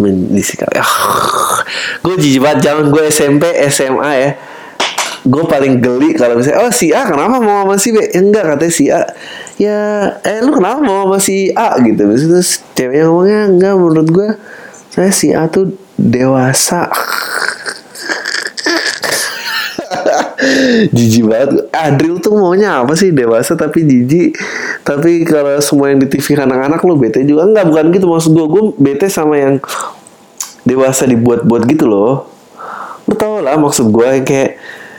gue jijik banget. Jangan gue SMP SMA ya, gue paling geli kalau misalnya si A kenapa mau sama si B, enggak, katanya si A ya lu kenapa mau sama si A gitu. Terus ceweknya ngomongnya enggak, menurut gue saya si A tuh dewasa. Jijik banget. Adril tuh maunya apa sih, dewasa tapi jijik. Tapi kalau semua yang di TV anak-anak lo bete juga. Enggak, bukan gitu maksud gue bete sama yang dewasa dibuat-buat gitu loh. Lo tau lah maksud gue, yang kayak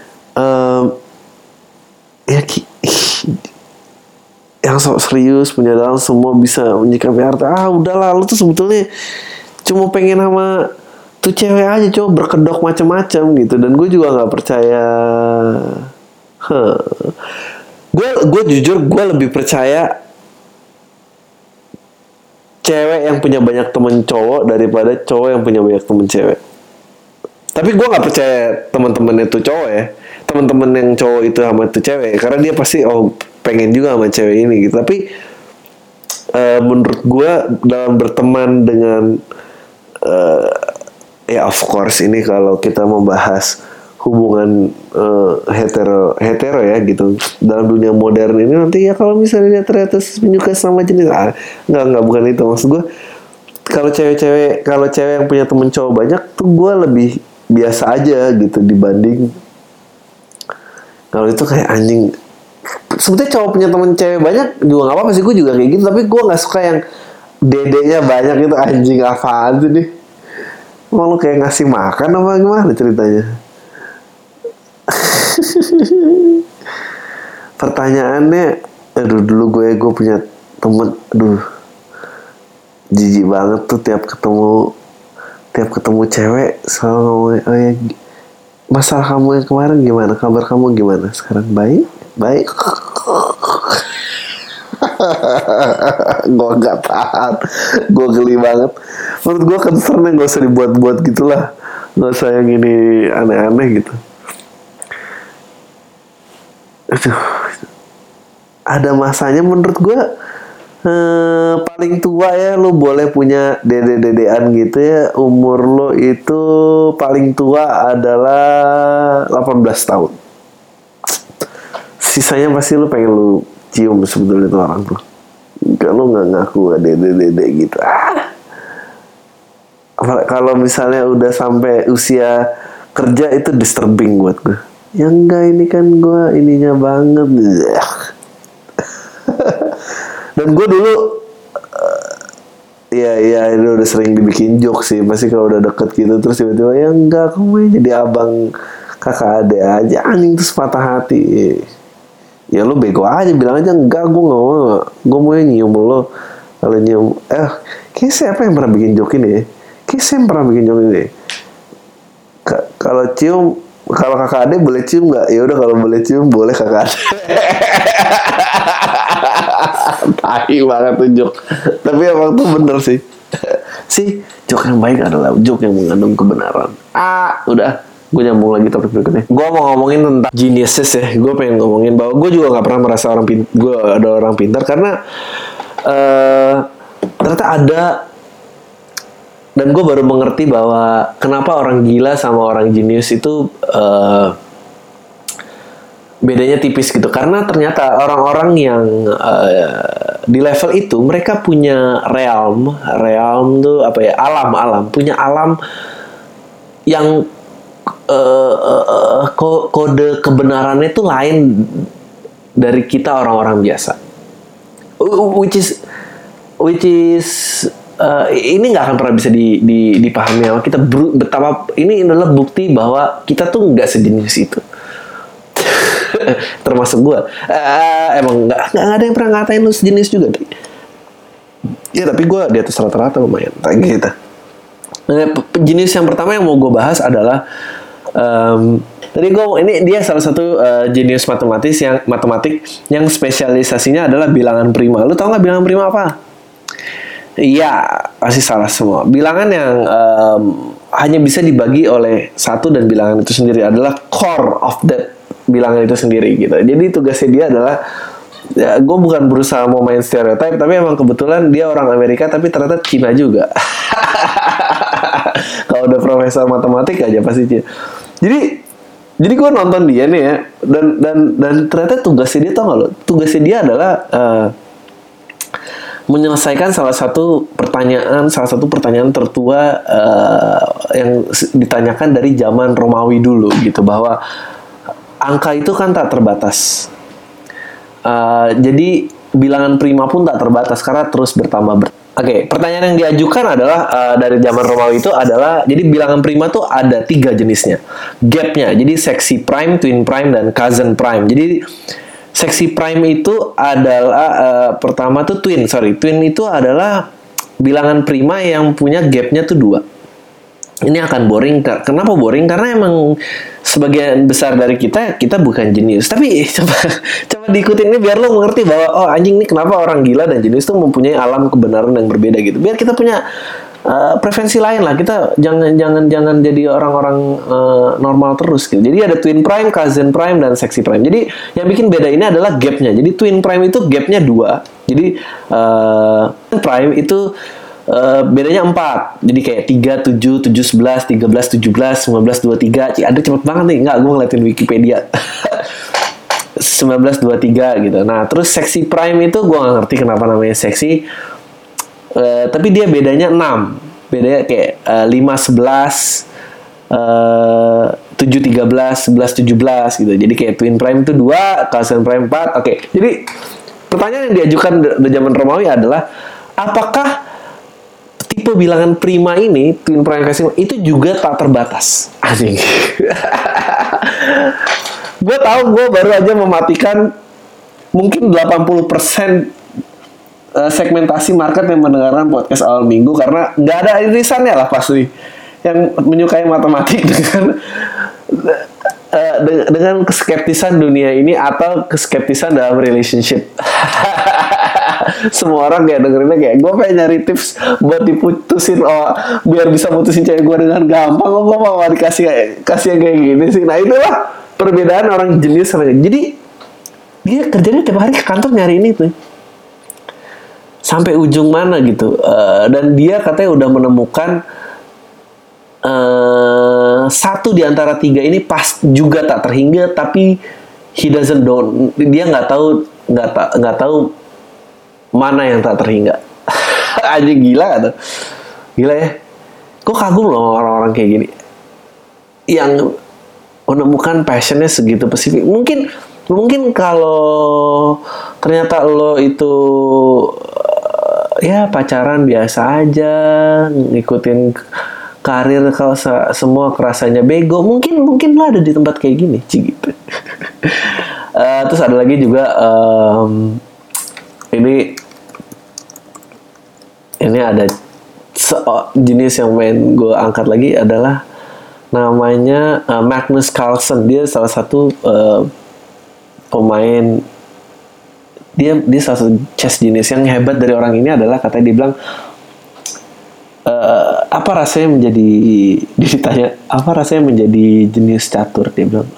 yang sok serius, punya dalam, semua bisa menyikapi harta. Udahlah, lo tuh sebetulnya cuma pengen sama tuh cewek aja, coba berkedok macam-macam gitu. Dan gue juga nggak percaya. Gue jujur, gue lebih percaya cewek yang punya banyak temen cowok daripada cowok yang punya banyak temen cewek. Tapi gue nggak percaya teman-teman itu cowok ya, teman-teman yang cowok itu sama itu cewek, karena dia pasti pengen juga sama cewek ini gitu. Tapi menurut gue dalam berteman dengan ya of course ini kalau kita membahas hubungan hetero ya gitu dalam dunia modern ini nanti ya kalau misalnya dia ternyata menyukai sama jenis nggak bukan itu maksud gue. Kalau cewek yang punya temen cowok banyak tuh gue lebih biasa aja gitu dibanding kalau itu kayak anjing. Sebetulnya cowok punya temen cewek banyak juga nggak apa-apa sih, gue juga kayak gitu, tapi gue nggak suka yang dedenya banyak itu. Anjing apaan tuh nih, mau lu kayak ngasih makan apa gimana ceritanya? Pertanyaannya, dulu gue punya temen, jijik banget tuh tiap ketemu cewek selalu ngomongin, oh ya, masalah kamu yang kemarin gimana, kabar kamu gimana sekarang, baik. Gue gak tahan, gue geli banget. Menurut gue concernnya gak usah dibuat-buat gitulah, gak usah yang ini aneh-aneh gitu. Aduh, ada masanya menurut gue paling tua ya lo boleh punya dede-dedean gitu ya. Umur lo itu paling tua adalah 18 tahun. Sisanya pasti lo pengen lo cium sebetulnya tuh orang tuh. Kalau nggak ngaku dede-dede gitu. Kalau misalnya udah sampai usia kerja itu disturbing buat gue. Ya enggak, ini kan gue ininya banget. Dan gue dulu ya itu udah sering dibikin joke sih. Pasti kalau udah deket gitu terus tiba-tiba ya enggak, kamu jadi abang kakak adek aja. Anjing terus patah hati. Ya lu bego aja, bilang aja enggak, gue gak mau. Gue mau nyium lo. Kalau nyium kayak siapa yang pernah bikin joke ini ya? Kayak saya yang pernah bikin joke ini. Kalau cium, kalau kakak adek boleh cium nggak? Ya udah, kalau boleh cium boleh kakak adek. Tai banget tuh joke. Tapi emang tuh bener sih. Sih, joke yang baik adalah joke yang mengandung kebenaran. Udah, gue nyambung lagi topik berikutnya. Gue mau ngomongin tentang geniuses ya. Gue pengen ngomongin bahwa gue juga nggak pernah merasa gue ada orang pintar, karena ternyata ada. Dan gue baru mengerti bahwa kenapa orang gila sama orang jenius itu bedanya tipis gitu. Karena ternyata orang-orang yang di level itu mereka punya realm tuh apa ya, alam punya alam yang kode kebenarannya itu lain dari kita orang-orang biasa. Which is ini nggak akan pernah bisa dipahami sama kita. Betapa ini adalah bukti bahwa kita tuh nggak sejenis itu. Termasuk gue. Emang nggak ada yang pernah ngatain lu sejenis juga. Ya tapi gue di atas rata-rata lumayan. Gitu. Jenis yang pertama yang mau gue bahas adalah tadi ini dia salah satu jenius matematik yang spesialisasinya adalah bilangan prima. Lu tau nggak bilangan prima apa? Iya, pasti salah semua. Bilangan yang hanya bisa dibagi oleh satu, dan bilangan itu sendiri adalah core of that bilangan itu sendiri gitu. Jadi tugasnya dia adalah, ya, gue bukan berusaha mau main stereotype, tapi emang kebetulan dia orang Amerika tapi ternyata Cina juga. Kalau udah profesor matematik aja pasti Cina. Jadi gue nonton dia nih ya, dan ternyata tugasnya dia, tau gak lo? Tugasnya dia adalah menyelesaikan salah satu pertanyaan tertua yang ditanyakan dari zaman Romawi dulu gitu, bahwa angka itu kan tak terbatas. Jadi bilangan prima pun tak terbatas karena terus bertambah. Oke, pertanyaan yang diajukan adalah dari zaman Romawi itu adalah, jadi bilangan prima tuh ada 3 jenisnya. Gapnya, jadi seksi prime, twin prime, dan cousin prime. Jadi seksi prime itu adalah pertama tuh twin itu adalah bilangan prima yang punya gapnya tuh 2. Ini akan boring. Kenapa boring? Karena emang sebagian besar dari kita bukan jenius. Tapi coba diikutin ini biar lo mengerti bahwa oh anjing, nih kenapa orang gila dan jenius tuh mempunyai alam kebenaran yang berbeda gitu. Biar kita punya preferensi lain lah. Kita jangan jadi orang-orang normal terus gitu. Jadi ada twin prime, cousin prime, dan seksi prime. Jadi yang bikin beda ini adalah gapnya. Jadi twin prime itu gapnya 2. Jadi prime itu bedanya 4. Jadi kayak 3, 7, 7, 11, 13, 17, 19, 23. Ada cepet banget nih. Enggak, gue ngeliatin Wikipedia. 1923 gitu. Nah, terus seksi prime itu gue gak ngerti kenapa namanya seksi. Tapi dia bedanya 6. Bedanya kayak 5, 11, 7, 13, 11, 17 gitu. Jadi kayak twin prime itu 2, cousin prime 4. Oke. Jadi pertanyaan yang diajukan di zaman Romawi adalah, apakah tipe bilangan prima ini, twin prime cousin, itu juga tak terbatas? Anjing. Gue tahu gue baru aja mematikan mungkin 80% segmentasi market yang mendengarkan podcast awal minggu karena nggak ada irisannya lah pasti. Yang menyukai matematik dengan keskeptisan dunia ini atau keskeptisan dalam relationship. Semua orang kayak dengerinnya kayak gue pengen nyari tips buat diputusin, biar bisa putusin cewek gue dengan gampang. Kok gue mau dikasih yang kayak gini sih? Nah itulah perbedaan orang jenius sama. Jadi dia kerjanya tiap hari ke kantor nyari ini tuh sampai ujung mana gitu. Dan dia katanya udah menemukan satu di antara 3 ini pas juga tak terhingga, tapi he doesn't know, dia nggak tahu mana yang tak terhingga. Aja gila tuh, gila ya. Kok kagum loh orang-orang kayak gini yang menemukan passionnya segitu spesifik. Mungkin kalau ternyata lo itu ya pacaran biasa aja, ngikutin karir, kalau semua kerasanya bego, mungkin lah ada di tempat kayak gini gitu. Terus ada lagi juga ini ada jenis yang main gue angkat lagi adalah namanya Magnus Carlsen. Dia salah satu pemain, dia salah satu chess jenis. Yang hebat dari orang ini adalah katanya dia bilang, apa rasanya menjadi, ditanya apa rasanya menjadi jenius catur, dia bilang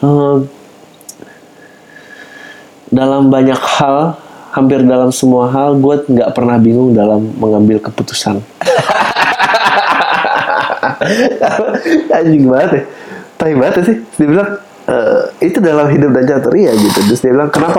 dalam banyak hal, hampir dalam semua hal, gue nggak pernah bingung dalam mengambil keputusan. Anjing banget ya, tai banget sih. Dia bilang itu dalam hidup dan catur ya gitu. Terus dia bilang kenapa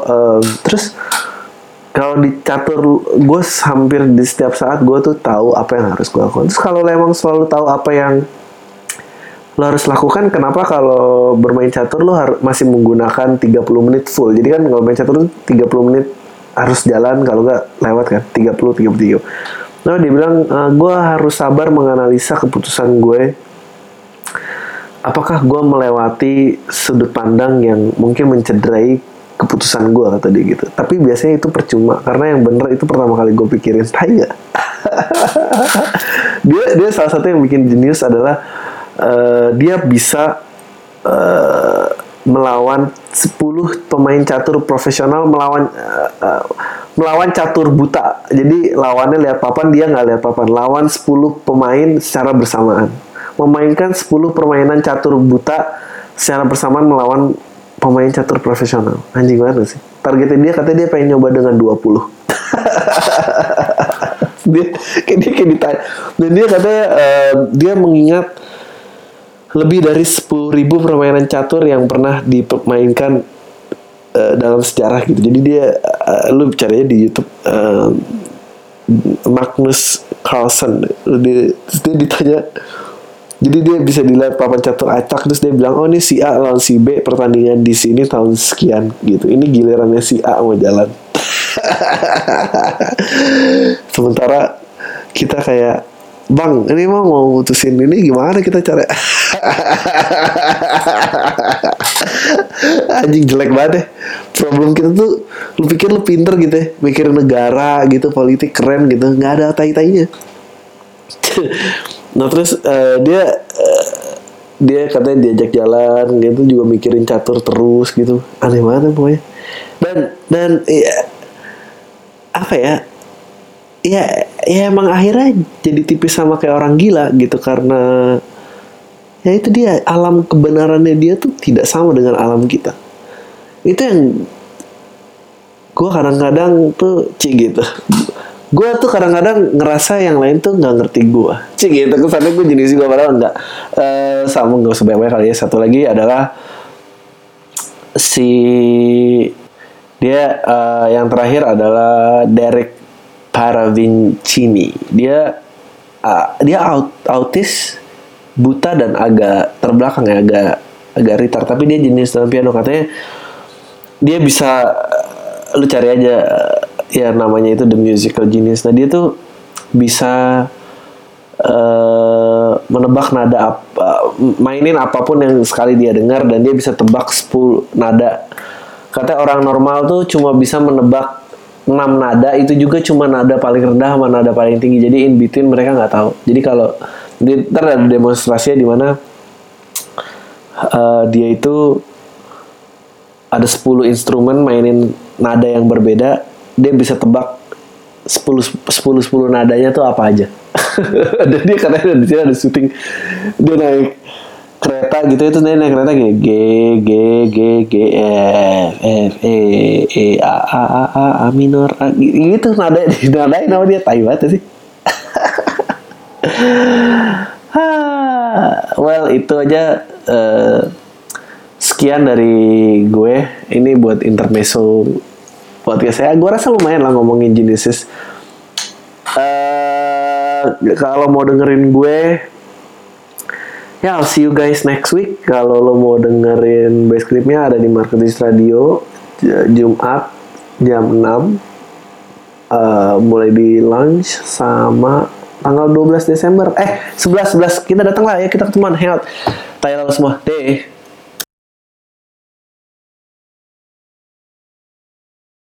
kalau di catur gue hampir di setiap saat gue tuh tahu apa yang harus gue lakukan. Terus kalau lo emang selalu tahu apa yang lo harus lakukan, kenapa kalau bermain catur lo masih menggunakan 30 menit full? Jadi kan kalau main catur 30 menit harus jalan, kalau nggak lewat kan 30. Nah dia bilang gue harus sabar menganalisa keputusan gue. Apakah gue melewati sudut pandang yang mungkin mencederai keputusan gue, kata dia gitu. Tapi biasanya itu percuma karena yang bener itu pertama kali gue pikirin. Tai gak? dia salah satu yang bikin jenius adalah dia bisa melawan 10 pemain catur profesional melawan catur buta. Jadi lawannya lihat papan, dia nggak lihat papan. Lawan 10 pemain secara bersamaan. Memainkan 10 permainan catur buta secara bersamaan melawan pemain catur profesional. Anjing banget sih. Targetnya dia katanya dia pengen nyoba dengan 20. dia kayak ditanya. Dan dia katanya dia mengingat lebih dari 10.000 permainan catur yang pernah dimainkan dalam sejarah gitu. Jadi dia lu caranya di YouTube Magnus Carlsen. Terus dia ditanya. Jadi dia bisa dilihat papan catur acak, terus dia bilang, oh ini si A lawan si B pertandingan di sini tahun sekian gitu. Ini gilirannya si A mau jalan. Sementara kita kayak, bang, ini mau mutusin ini gimana kita cara? Anjing jelek banget deh. Problem kita tuh, lu pikir lu pinter gitu ya, mikirin negara gitu, politik keren gitu, nggak ada tai-tainya. Nah terus dia katanya diajak jalan gitu juga mikirin catur terus gitu, aneh banget pokoknya. Dan ya, apa ya emang akhirnya jadi tipis sama kayak orang gila gitu, karena ya itu dia, alam kebenarannya dia tuh tidak sama dengan alam kita. Itu yang gue kadang-kadang tuh gitu, gue tuh kadang-kadang ngerasa yang lain tuh nggak ngerti gue. Cik gitu kesannya gue jenis gue padahal enggak. Sama nggak usah banyak kali ya. Satu lagi adalah si dia yang terakhir adalah Derek Paravincini. Dia autis, buta dan agak terbelakang ya, agak retard. Tapi dia jenis dalam piano, katanya dia bisa, lu cari aja ya namanya itu The Musical Genius. Nah dia tuh bisa menebak nada mainin apapun yang sekali dia dengar, dan dia bisa tebak 10 nada. Katanya orang normal tuh cuma bisa menebak 6 nada, itu juga cuma nada paling rendah sama nada paling tinggi. Jadi in between mereka nggak tahu. Jadi kalau ntar ada demonstrasinya di mana dia itu ada 10 instrumen mainin nada yang berbeda, dia bisa tebak 10 nadanya tuh apa aja. Dan dia katanya di sini ada syuting, dia naik kereta gitu, itu dia naik kereta gini, G F E A minor gitu nadain nama dia, tai banget sih. Well itu aja, sekian dari gue. Ini buat intermezzo podcast saya. Gue rasa lumayan lah ngomongin Genesis. Kalau mau dengerin gue, ya I'll see you guys next week. Kalau lo mau dengerin bass clipnya ada di Marketis Radio Jumat jam 6, mulai di launch sama tanggal 12 Desember 11 kita datang lah ya, kita ketemuan hangout. Tanya lo semua deh.